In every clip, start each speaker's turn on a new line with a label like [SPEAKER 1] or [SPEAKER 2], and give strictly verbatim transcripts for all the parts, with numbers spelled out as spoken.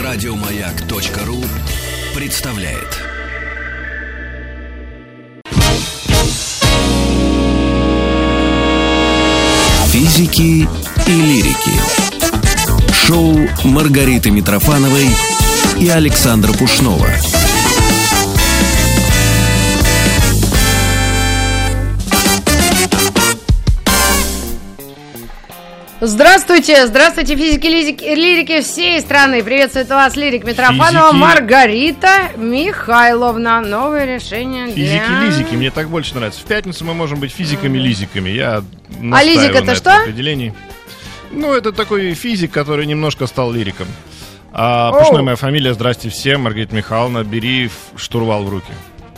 [SPEAKER 1] Радиомаяк.ру представляет. Физики и лирики. Шоу Маргариты Митрофановой и Александра Пушнова.
[SPEAKER 2] Здравствуйте, здравствуйте, физики, лирики, лирики всей страны. Приветствует вас Лирик Митрофанова,
[SPEAKER 3] физики...
[SPEAKER 2] Маргарита Михайловна. Новое решение для...
[SPEAKER 3] Физики-лизики, мне так больше нравится. В пятницу мы можем быть физиками-лизиками. Я
[SPEAKER 2] а лизик это
[SPEAKER 3] на
[SPEAKER 2] что?
[SPEAKER 3] Определении. Ну, это такой физик, который немножко стал лириком. А, Пушная моя фамилия, здрасте всем. Маргарита Михайловна, бери штурвал в руки.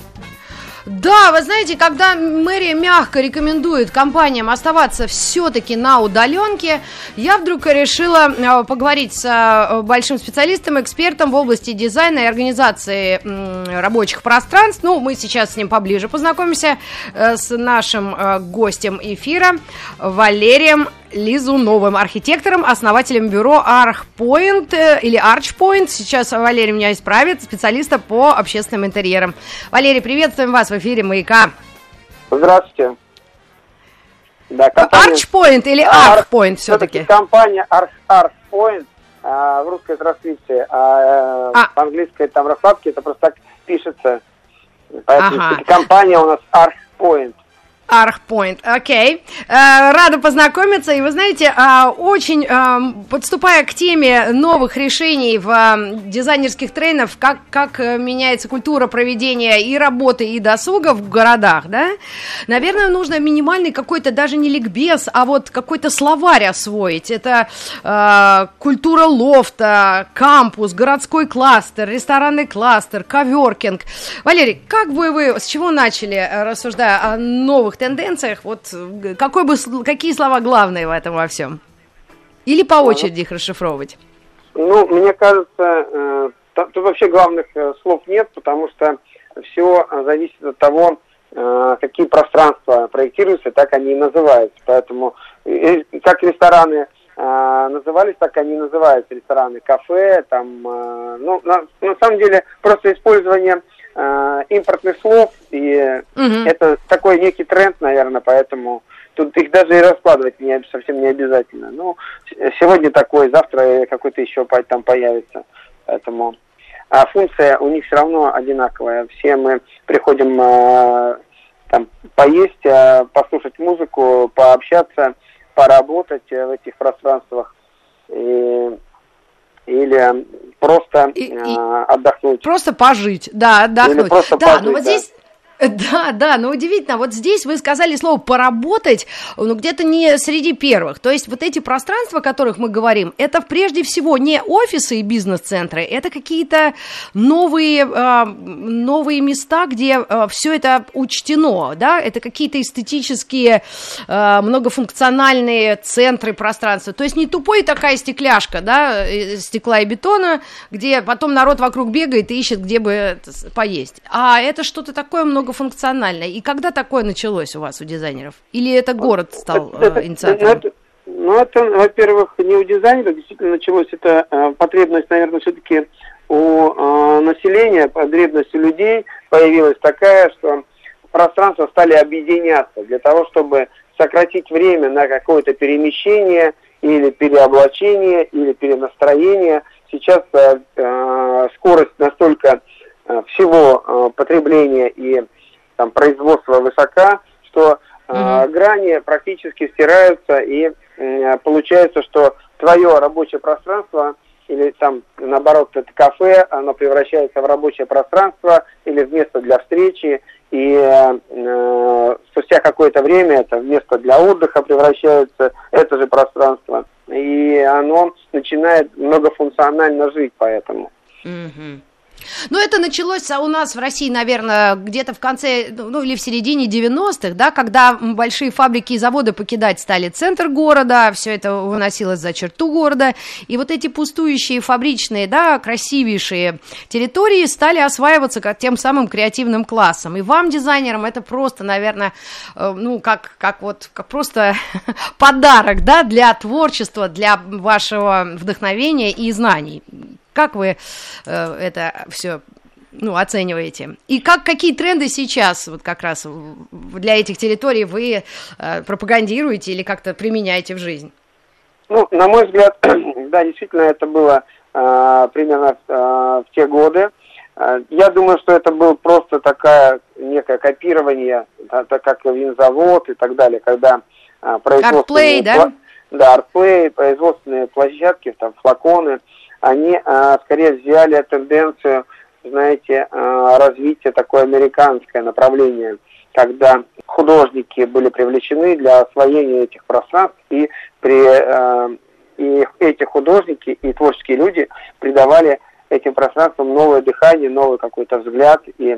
[SPEAKER 2] Да, вы знаете, когда мэрия мягко рекомендует компаниям оставаться все-таки на удаленке, я вдруг решила поговорить с большим специалистом, экспертом в области дизайна и организации рабочих пространств. Ну, мы сейчас с ним поближе познакомимся, с нашим гостем эфира Валерием Лизуновым, архитектором, основателем бюро Архпоинт или Арчпоинт. Сейчас Валерий меня исправит, специалиста по общественным интерьерам. Валерий, приветствуем вас в эфире «Маяка».
[SPEAKER 4] Здравствуйте. Да,
[SPEAKER 2] компания... Арчпоинт или Архпоинт все-таки?
[SPEAKER 4] Все-таки компания Архпоинт а, в русской транскрипции, а, а. в английской там раскладке это просто так пишется. Поэтому ага. компания у нас Архпоинт.
[SPEAKER 2] Архпоинт, окей. Okay. Рада познакомиться. И вы знаете, очень подступая к теме новых решений в дизайнерских трендах, как, как меняется культура проведения и работы, и досуга в городах, да, наверное, нужно минимальный какой-то, даже не ликбез, а вот какой-то словарь освоить. Это э, культура лофта, кампус, городской кластер, ресторанный кластер, коворкинг. Валерий, как бы вы, с чего начали, рассуждая о новых тенденциях, вот какой бы, какие слова главные в этом во всем? Или по очереди их расшифровывать?
[SPEAKER 4] Ну, мне кажется, э, тут вообще главных э, слов нет, потому что все зависит от того, э, какие пространства проектируются, так они и называются. Поэтому э, как рестораны э, назывались, так они и называются. Рестораны, кафе, там, э, ну, на, на самом деле, просто использование импортных слов, и угу. это такой некий тренд, наверное, поэтому тут их даже и раскладывать не, совсем не обязательно. Ну, сегодня такой, завтра какой-то еще там появится, поэтому а функция у них все равно одинаковая. Все мы приходим а, там поесть, а, послушать музыку, пообщаться, поработать в этих пространствах и или просто и, э, отдохнуть.
[SPEAKER 2] Просто пожить, да, отдохнуть.
[SPEAKER 4] Или просто
[SPEAKER 2] да,
[SPEAKER 4] пожить,
[SPEAKER 2] но вот
[SPEAKER 4] да.
[SPEAKER 2] здесь... Да, да, но удивительно, вот здесь вы сказали слово «поработать», ну, где-то не среди первых, то есть вот эти пространства, о которых мы говорим, это прежде всего не офисы и бизнес-центры, это какие-то новые, э, новые места, где э, все это учтено, да, это какие-то эстетические, э, многофункциональные центры пространства, то есть не тупой такая стекляшка, да, стекла и бетона, где потом народ вокруг бегает и ищет, где бы поесть, а это что-то такое много функционально. И когда такое началось у вас, у дизайнеров? Или это город стал
[SPEAKER 4] это,
[SPEAKER 2] э, инициатором?
[SPEAKER 4] Это, ну, это, во-первых, не у дизайнеров. Действительно началось это э, потребность, наверное, все-таки у э, населения, потребность у людей появилась такая, что пространства стали объединяться для того, чтобы сократить время на какое-то перемещение или переоблачение, или перенастроение. Сейчас э, э, скорость настолько э, всего э, потребления и там производство высока, что э, mm-hmm. грани практически стираются, и э, получается, что твое рабочее пространство, или там, наоборот, это кафе, оно превращается в рабочее пространство, или в место для встречи, и э, спустя какое-то время это в место для отдыха превращается, это же пространство, и оно начинает многофункционально жить, поэтому.
[SPEAKER 2] Mm-hmm. Ну, это началось у нас в России, наверное, где-то в конце, ну, или в середине девяностых, да, когда большие фабрики и заводы покидать стали центр города, все это выносилось за черту города, и вот эти пустующие фабричные, да, красивейшие территории стали осваиваться как тем самым креативным классом. И вам, дизайнерам, это просто, наверное, ну, как, как вот, как просто подарок, да, для творчества, для вашего вдохновения и знаний. как вы э, это все ну, оцениваете? И как, какие тренды сейчас вот как раз для этих территорий вы э, пропагандируете или как-то применяете в жизнь?
[SPEAKER 4] Ну, на мой взгляд, да, действительно, это было э, примерно э, в те годы. Э, я думаю, что это было просто такая некое копирование, да, так как винзавод и так далее, когда э, производственные...
[SPEAKER 2] Артплей, да?
[SPEAKER 4] Да, артплей, производственные площадки, там, флаконы, они э, скорее взяли тенденцию, знаете, э, развития такое американское направление, когда художники были привлечены для освоения этих пространств, и, при, э, и эти художники и творческие люди придавали этим пространствам новое дыхание, новый какой-то взгляд, и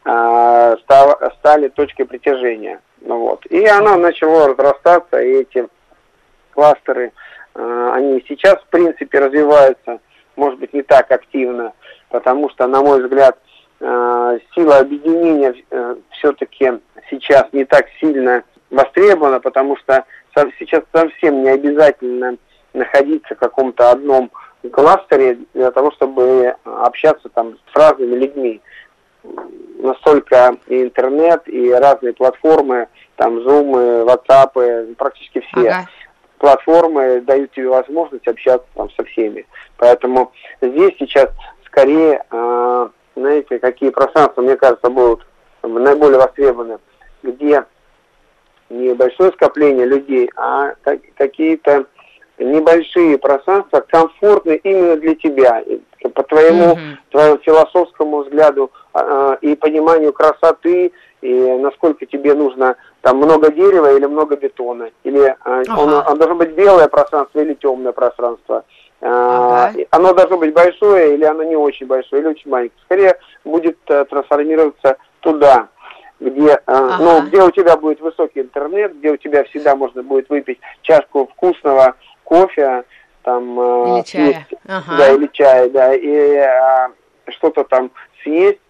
[SPEAKER 4] э, став, стали точкой притяжения. Ну, вот. И оно начало разрастаться, и эти кластеры, э, они сейчас, в принципе, развиваются, может быть, не так активно, потому что, на мой взгляд, э, сила объединения э, все-таки сейчас не так сильно востребована, потому что со, сейчас совсем не обязательно находиться в каком-то одном кластере для того, чтобы общаться там с разными людьми. Настолько и интернет, и разные платформы, там, Zoom, WhatsApp, практически все. Ага. Платформы дают тебе возможность общаться там со всеми. Поэтому здесь сейчас скорее, э, знаете, какие пространства, мне кажется, будут наиболее востребованы, где небольшое скопление людей, а какие-то небольшие пространства комфортны именно для тебя, по твоему, mm-hmm. твоему философскому взгляду э, и пониманию красоты, и насколько тебе нужно там много дерева или много бетона, или э, ага. оно, оно должно быть белое пространство или темное пространство. Э, ага. Оно должно быть большое или оно не очень большое, или очень маленькое. Скорее будет э, трансформироваться туда, где, э, ага. ну, где у тебя будет высокий интернет, где у тебя всегда можно будет выпить чашку вкусного кофе, там, э,
[SPEAKER 2] или чая, съесть, ага.
[SPEAKER 4] да, или чая, да, и э, что-то там съесть,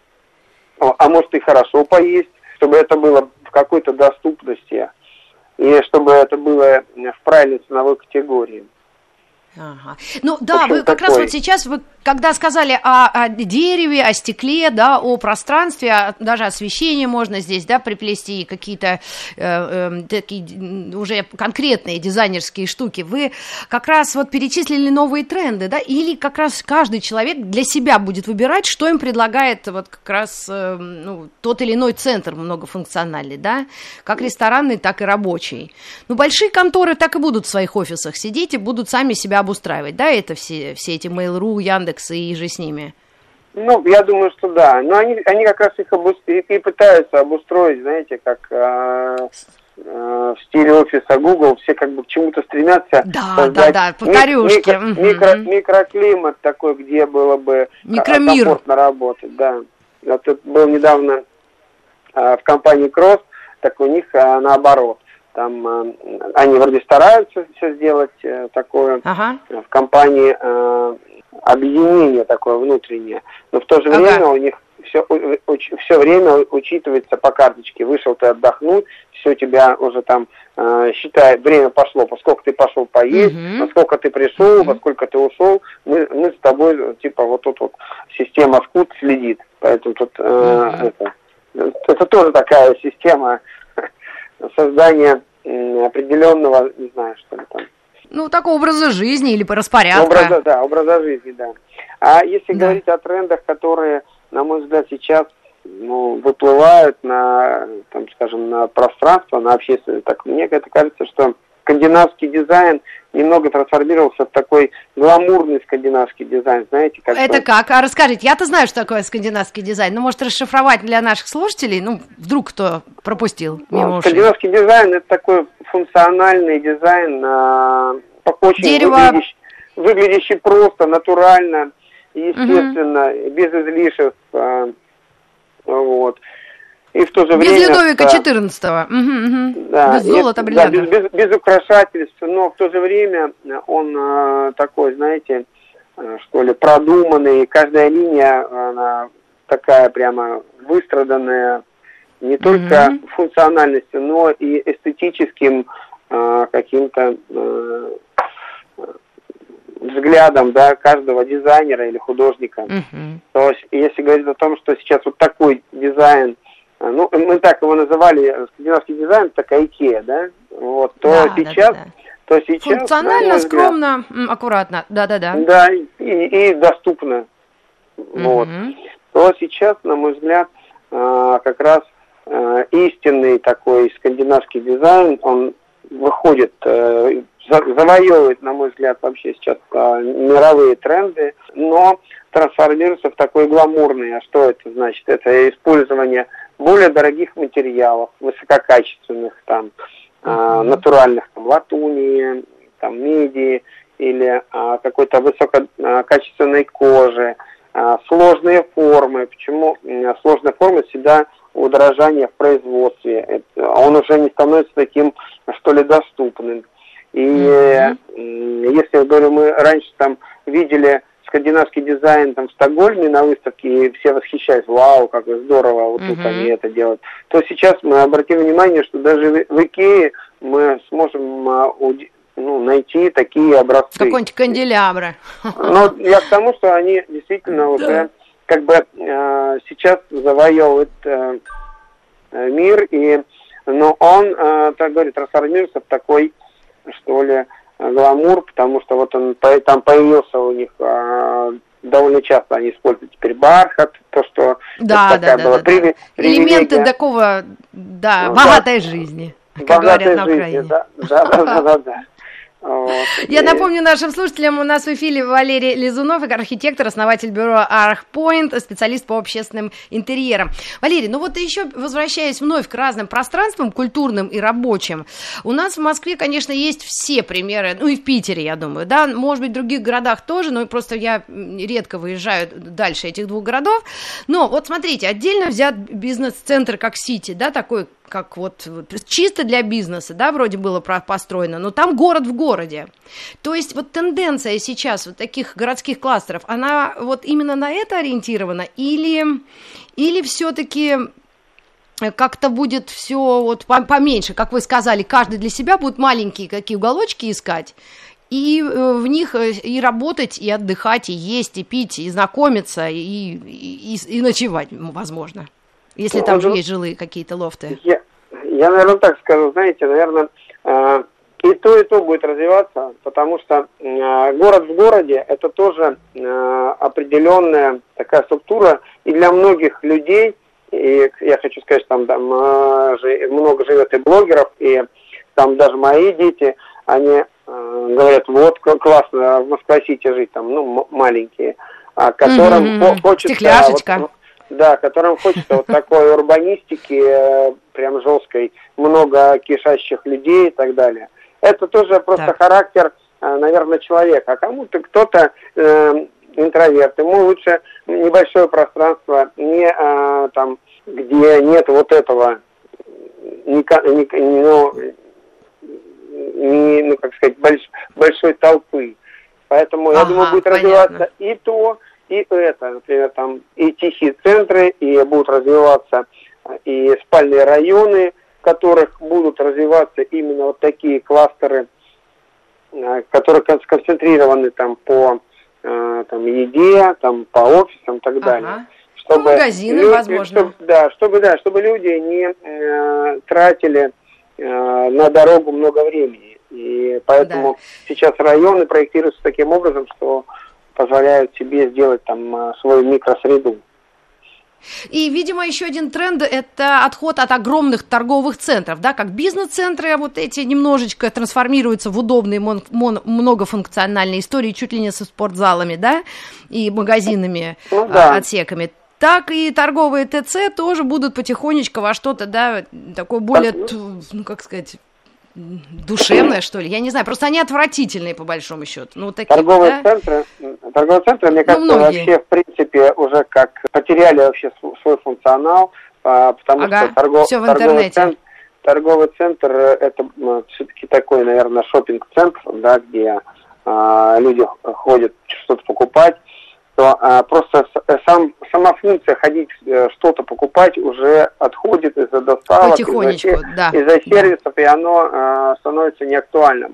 [SPEAKER 4] а может и хорошо поесть, чтобы это было в какой-то доступности, и чтобы это было в правильной ценовой категории.
[SPEAKER 2] Ага. Ну да,
[SPEAKER 4] общем,
[SPEAKER 2] вы как
[SPEAKER 4] такой...
[SPEAKER 2] раз вот сейчас, вы когда сказали о, о дереве, о стекле, да, о пространстве, о, даже освещение можно здесь, да, приплести, какие-то э, э, такие уже конкретные дизайнерские штуки, вы как раз вот перечислили новые тренды, да, или как раз каждый человек для себя будет выбирать, что им предлагает вот как раз э, ну, тот или иной центр многофункциональный, да, как ресторанный, так и рабочий. Ну, большие конторы так и будут в своих офисах сидеть и будут сами себя обустраивать, да, это все, все эти Mail.ru, Яндекс и же с ними?
[SPEAKER 4] Ну, я думаю, что да. Но они, они как раз их обу... и пытаются обустроить, знаете, как э, э, в стиле офиса Google, все как бы к чему-то стремятся.
[SPEAKER 2] Да, создать да, да, повторюшки.
[SPEAKER 4] Микро, угу. микро, микроклимат такой, где было бы
[SPEAKER 2] Микромир.
[SPEAKER 4] комфортно работать, да. Вот тут был недавно э, в компании Cross, так у них э, наоборот. Там э, они вроде стараются все сделать э, такое ага. в компании э, объединение такое внутреннее, но в то же ага. время у них все, уч, все время учитывается по карточке. Вышел ты отдохнуть, все, у тебя уже там э, считай, время пошло, поскольку ты пошел поесть, uh-huh. насколько ты пришел, uh-huh. во сколько ты ушел, мы, мы с тобой, типа, вот тут вот система скут следит. Поэтому тут э, uh-huh. это, это тоже такая система создания э, определенного, не знаю, что ли там.
[SPEAKER 2] Ну, такого образа жизни или по распорядку.
[SPEAKER 4] Образа, да, образа жизни, да. А если
[SPEAKER 2] да.
[SPEAKER 4] говорить о трендах, которые, на мой взгляд, сейчас ну, выплывают на, там, скажем, на пространство, на общественное, так мне это кажется, что скандинавский дизайн немного трансформировался в такой гламурный скандинавский дизайн, знаете, как
[SPEAKER 2] это как? А расскажите, я-то знаю, что такое скандинавский дизайн, но может расшифровать для наших слушателей, ну, вдруг кто пропустил мимо
[SPEAKER 4] ну,
[SPEAKER 2] ушей.
[SPEAKER 4] Скандинавский дизайн — это такой функциональный дизайн, э, очень
[SPEAKER 2] Дерево...
[SPEAKER 4] выглядящий, выглядящий просто, натурально, естественно, угу. без излишеств, э, вот. И в то же
[SPEAKER 2] без
[SPEAKER 4] время...
[SPEAKER 2] Без Людовика четырнадцатого. Угу, угу.
[SPEAKER 4] Да,
[SPEAKER 2] без золота, бриллиантов.
[SPEAKER 4] Да, без, без, без украшательств, но в то же время он э, такой, знаете, э, что ли, продуманный. Каждая линия, она такая прямо выстраданная не только угу. функциональностью, но и эстетическим э, каким-то э, взглядом, да, каждого дизайнера или художника. Uh-huh. То есть, если говорить о том, что сейчас вот такой дизайн, ну, мы так его называли, скандинавский дизайн, такая Икея, да, вот, то да, сейчас... Да, да. То сейчас,
[SPEAKER 2] функционально, взгляд, скромно, аккуратно, да-да-да.
[SPEAKER 4] Да, и, и доступно. Uh-huh. Вот. То сейчас, на мой взгляд, как раз истинный такой скандинавский дизайн, он выходит, завоевывает, на мой взгляд, вообще сейчас мировые тренды, но трансформируется в такой гламурный. А что это значит? Это использование более дорогих материалов, высококачественных, там, Uh-huh. натуральных, там, латуни, там, меди или а, какой-то высококачественной кожи, а, сложные формы. Почему а, сложная форма всегда удорожание в производстве? Это, он уже не становится таким, что ли, доступным. И uh-huh. если, говорю, мы раньше там видели скандинавский дизайн там в Стокгольме на выставке, и все восхищались, вау, как здорово, вот uh-huh. тут они это делают, то сейчас мы обратим внимание, что даже в Икее мы сможем ну, найти такие образцы.
[SPEAKER 2] Какой-нибудь канделябра.
[SPEAKER 4] Ну, я к тому, что они действительно уже как бы э, сейчас завоевывают э, мир, и, но он, э, так говорит, трансформируется в такой, что ли, гламур, потому что вот он там появился у них а, довольно часто они используют теперь бархат, то, что
[SPEAKER 2] да, да, да, была да, при, да. элементы такого, да, ну, богатой да, жизни, как говорят на Украине.
[SPEAKER 4] Да, да, да, да, да, да. Вот.
[SPEAKER 2] Я напомню нашим слушателям, у нас в эфире Валерий Лизунов, архитектор, основатель бюро ArchPoint, специалист по общественным интерьерам. Валерий, ну вот еще возвращаясь вновь к разным пространствам, культурным и рабочим, у нас в Москве, конечно, есть все примеры, ну и в Питере, я думаю, да, может быть, в других городах тоже, но просто я редко выезжаю дальше этих двух городов, но вот смотрите, отдельно взят бизнес-центр как Сити, да, такой, как вот, вот чисто для бизнеса, да, вроде было построено, но там город в городе. То есть вот тенденция сейчас вот таких городских кластеров, она вот именно на это ориентирована или, или все-таки как-то будет все вот поменьше, как вы сказали, каждый для себя будет маленькие какие уголочки искать, и в них и работать, и отдыхать, и есть, и пить, и знакомиться, и, и, и ночевать, возможно. Если там же есть жилые какие-то лофты.
[SPEAKER 4] Я, я, наверное, так скажу, знаете, наверное, э, и то, и то будет развиваться, потому что э, город в городе – это тоже э, определенная такая структура, и для многих людей, и я хочу сказать, что там, там э, жи, много живет и блогеров, и там даже мои дети, они э, говорят, вот классно в Москва-Сити жить, там, ну, маленькие, а которым mm-hmm. хочется…
[SPEAKER 2] Стекляшечка.
[SPEAKER 4] Вот, да, которым хочется вот такой урбанистики, прям жесткой, много кишащих людей и так далее. Это тоже просто так. Характер, наверное, человека. А кому-то кто-то э, интроверт, ему лучше небольшое пространство, не э, там, где нет вот этого, не, не, ну, не, ну, как сказать, больш, большой толпы. Поэтому, ага, я думаю, будет понятно. Развиваться и то, и это, например, там и тихие центры, и будут развиваться и спальные районы, в которых будут развиваться именно вот такие кластеры, которые сконцентрированы там по там, еде, там по офисам и так далее.
[SPEAKER 2] Ага. Чтобы ну, магазины, люди, возможно.
[SPEAKER 4] Чтобы, да, чтобы, да, чтобы люди не э, тратили э, на дорогу много времени. И поэтому да. сейчас районы проектируются таким образом, что позволяют себе сделать там свою микросреду.
[SPEAKER 2] И, видимо, еще один тренд – это отход от огромных торговых центров, да, как бизнес-центры вот эти немножечко трансформируются в удобные мон- мон- многофункциональные истории, чуть ли не со спортзалами, да, и магазинами, ну, да. отсеками. Так и торговые ТЦ тоже будут потихонечку во что-то, да, такое более, ну, как сказать, душевное, что ли, я не знаю, просто они отвратительные, по большому счету. Ну, такие,
[SPEAKER 4] торговые,
[SPEAKER 2] да?
[SPEAKER 4] центры, торговые центры, мне кажется,
[SPEAKER 2] ну,
[SPEAKER 4] вообще, в принципе, уже как потеряли вообще свой функционал, потому
[SPEAKER 2] ага,
[SPEAKER 4] что торгов,
[SPEAKER 2] все в
[SPEAKER 4] торговый, центр, торговый центр, это ну, все-таки такой, наверное, шопинг-центр, да, где а, люди ходят что-то покупать, то а, просто сам, сама функция ходить что-то покупать уже отходит из-за доставок, из-за,
[SPEAKER 2] да,
[SPEAKER 4] из-за сервисов, да. И оно а, становится неактуальным.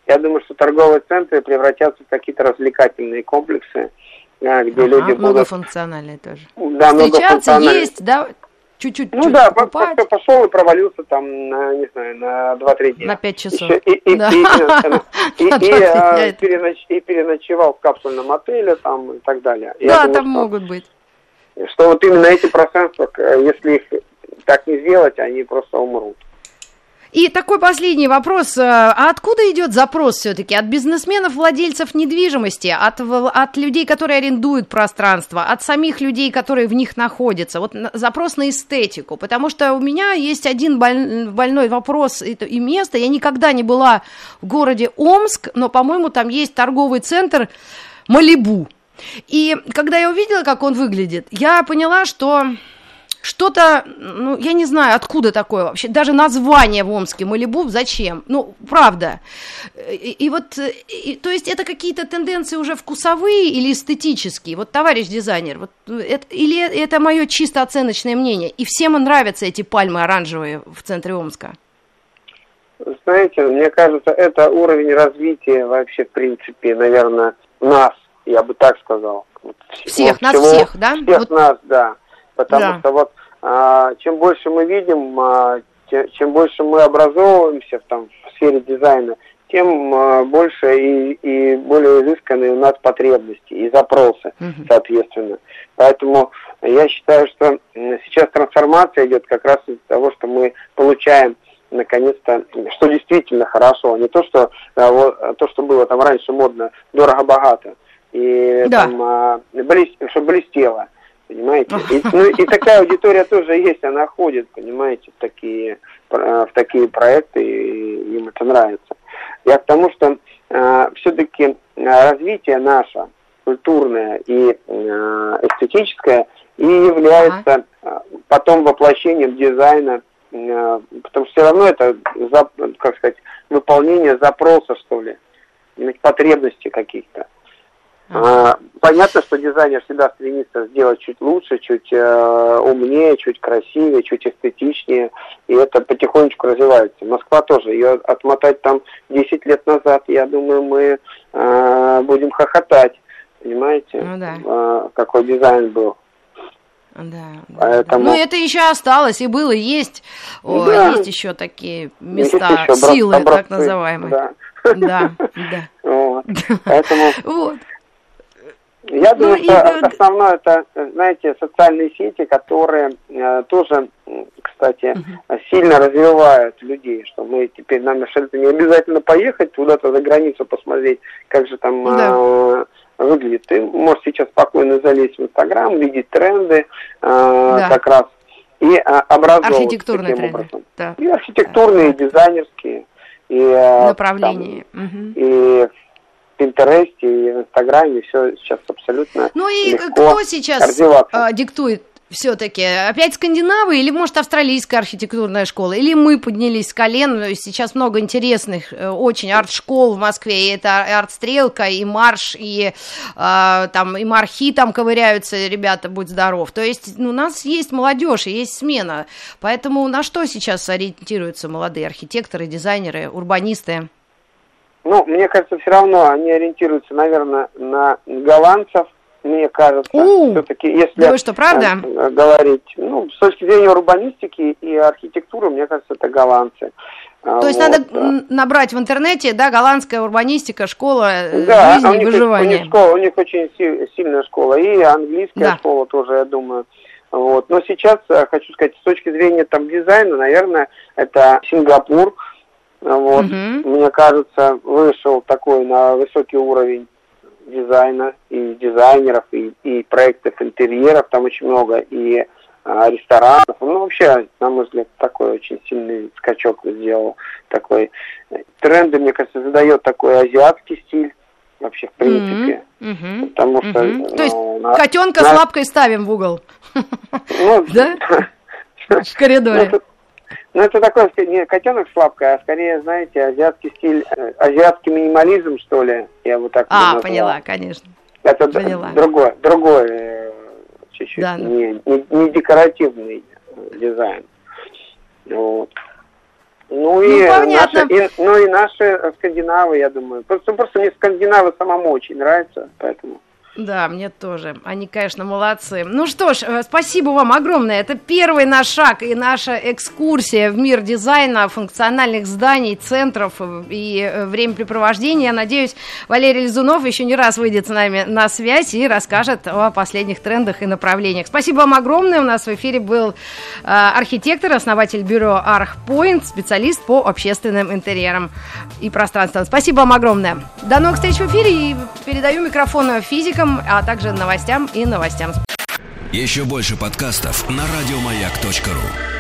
[SPEAKER 4] я думаю, что торговые центры превратятся в какие-то развлекательные комплексы, где ага, люди будут...
[SPEAKER 2] Многофункциональные тоже.
[SPEAKER 4] Да,
[SPEAKER 2] встречаться, есть, да, чуть-чуть
[SPEAKER 4] Ну да, покупать. Пошел и провалился там, на, не знаю, на два-три дня.
[SPEAKER 2] На пять часов.
[SPEAKER 4] Еще, и, и, да. и, и, и, и, переноч, и переночевал в капсульном отеле там и так далее.
[SPEAKER 2] Да, я думаю, там что, могут быть.
[SPEAKER 4] Что вот именно эти пространства, если их так не сделать, они просто умрут.
[SPEAKER 2] И такой последний вопрос. А откуда идет запрос все-таки? От бизнесменов, владельцев недвижимости, от, от людей, которые арендуют пространство, от самих людей, которые в них находятся? Вот запрос на эстетику. Потому что у меня есть один боль, больной вопрос и место. Я никогда не была в городе Омск, но, по-моему, там есть торговый центр «Малибу». И когда я увидела, как он выглядит, я поняла, что... Что-то, ну, я не знаю, откуда такое вообще, даже название в Омске «Малибу» зачем? Ну, правда. И, и вот, и, то есть это какие-то тенденции уже вкусовые или эстетические? Вот, товарищ дизайнер, вот, это, или это мое чисто оценочное мнение? И всем нравятся эти пальмы оранжевые в центре Омска?
[SPEAKER 4] Знаете, мне кажется, это уровень развития вообще, в принципе, наверное, нас, я бы так сказал.
[SPEAKER 2] Всех,
[SPEAKER 4] вот
[SPEAKER 2] нас
[SPEAKER 4] всего,
[SPEAKER 2] всех, да?
[SPEAKER 4] Всех вот. Нас, да. Потому
[SPEAKER 2] да.
[SPEAKER 4] что вот а, чем больше мы видим, а, те, чем больше мы образовываемся в, там, в сфере дизайна, тем а, больше и, и более изысканные у нас потребности и запросы, uh-huh. соответственно. Поэтому я считаю, что сейчас трансформация идет как раз из-за того, что мы получаем наконец-то, что действительно хорошо, а не то, что, а, вот, то, что было там раньше модно, дорого-богато, и
[SPEAKER 2] да.
[SPEAKER 4] там, а, блест, чтобы блестело. Понимаете? И, ну, и такая аудитория тоже есть, она ходит, понимаете, в такие, в такие проекты, и им это нравится. Я к тому, что э, все-таки развитие наше, культурное и э, эстетическое, и является ага. потом воплощением дизайна, э, потому что все равно это, как сказать, выполнение запроса, что ли, потребностей каких-то. А, понятно, что дизайнер всегда стремится сделать чуть лучше, чуть э, умнее, чуть красивее, чуть эстетичнее, и это потихонечку развивается. Москва тоже, ее отмотать там десять лет назад, я думаю, мы э, будем хохотать, понимаете,
[SPEAKER 2] ну, да.
[SPEAKER 4] э, какой дизайн был.
[SPEAKER 2] Да,
[SPEAKER 4] Поэтому...
[SPEAKER 2] да. Ну, это еще осталось, и было, и есть. О,
[SPEAKER 4] да.
[SPEAKER 2] Есть еще такие места,
[SPEAKER 4] еще
[SPEAKER 2] силы,
[SPEAKER 4] образцы,
[SPEAKER 2] так называемые.
[SPEAKER 4] Да,
[SPEAKER 2] да. да.
[SPEAKER 4] Вот. Поэтому...
[SPEAKER 2] вот.
[SPEAKER 4] Я думаю, ну, что
[SPEAKER 2] и...
[SPEAKER 4] основное это, знаете, социальные сети, которые э, тоже, кстати, uh-huh. сильно развивают людей, что мы теперь, нам совершенно не обязательно поехать куда-то за границу посмотреть, как же там да. э, выглядит. Ты можешь сейчас спокойно залезть в Инстаграм, видеть тренды э, да. как раз и э, образовываться
[SPEAKER 2] архитектурные
[SPEAKER 4] таким
[SPEAKER 2] тренды.
[SPEAKER 4] образом.
[SPEAKER 2] Да.
[SPEAKER 4] И архитектурные, да. и дизайнерские. И, э,
[SPEAKER 2] направления.
[SPEAKER 4] Там,
[SPEAKER 2] uh-huh.
[SPEAKER 4] и в Пинтересте и в Инстаграме все сейчас абсолютно
[SPEAKER 2] Ну и
[SPEAKER 4] легко
[SPEAKER 2] кто сейчас
[SPEAKER 4] а,
[SPEAKER 2] диктует все-таки? Опять скандинавы или, может, австралийская архитектурная школа? Или мы поднялись с колен? Сейчас много интересных очень арт-школ в Москве. И это арт-стрелка, и марш, и, а, там, и мархи там ковыряются, ребята, будь здоров. То есть ну, у нас есть молодежь и есть смена. Поэтому на что сейчас ориентируются молодые архитекторы, дизайнеры, урбанисты?
[SPEAKER 4] Ну, мне кажется, все равно они ориентируются, наверное, на голландцев, мне кажется,
[SPEAKER 2] У,
[SPEAKER 4] все-таки, если
[SPEAKER 2] думаю, что правда?
[SPEAKER 4] говорить, ну, с точки зрения урбанистики и архитектуры, мне кажется, это голландцы.
[SPEAKER 2] То
[SPEAKER 4] вот,
[SPEAKER 2] есть надо
[SPEAKER 4] да.
[SPEAKER 2] набрать в интернете, да, голландская урбанистика, школа
[SPEAKER 4] да,
[SPEAKER 2] жизни
[SPEAKER 4] а у
[SPEAKER 2] и
[SPEAKER 4] них,
[SPEAKER 2] выживания.
[SPEAKER 4] У них, школа, у них очень сильная школа, и английская
[SPEAKER 2] да.
[SPEAKER 4] школа тоже, я думаю. Вот. Но сейчас, хочу сказать, с точки зрения там дизайна, наверное, это Сингапур. Вот, uh-huh. мне кажется, вышел такой на высокий уровень дизайна и дизайнеров, и, и проектов интерьеров, там очень много, и а, ресторанов. Ну, вообще, на мой взгляд, такой очень сильный скачок сделал. Такой тренды, мне кажется, задает такой азиатский стиль, вообще, в принципе. Uh-huh. Потому что...
[SPEAKER 2] Uh-huh.
[SPEAKER 4] Ну,
[SPEAKER 2] То есть
[SPEAKER 4] на,
[SPEAKER 2] котенка
[SPEAKER 4] на...
[SPEAKER 2] с лапкой ставим в угол.
[SPEAKER 4] Ну,
[SPEAKER 2] да? В коридоре.
[SPEAKER 4] Ну, это такой, не котенок с лапкой, а скорее, знаете, азиатский стиль, азиатский минимализм, что ли, я бы так
[SPEAKER 2] А, поняла, конечно.
[SPEAKER 4] Это
[SPEAKER 2] поняла.
[SPEAKER 4] другой, другой чуть-чуть,
[SPEAKER 2] да,
[SPEAKER 4] не, не, не декоративный дизайн. Вот. Ну, и, ну, наши, и, ну и наши скандинавы, я думаю. Просто, просто мне скандинавы самому очень нравятся, поэтому...
[SPEAKER 2] Да, мне тоже. Они, конечно, молодцы. Ну что ж, спасибо вам огромное. Это первый наш шаг и наша экскурсия в мир дизайна, функциональных зданий, центров и времяпрепровождения. Я надеюсь, Валерий Лизунов еще не раз выйдет с нами на связь и расскажет о последних трендах и направлениях. Спасибо вам огромное. У нас в эфире был архитектор, основатель бюро ArchPoint, специалист по общественным интерьерам и пространствам. Спасибо вам огромное. До новых встреч в эфире и передаю микрофон физикам, а также новостям и новостям.
[SPEAKER 1] Еще больше подкастов на радиомаяк точка ру.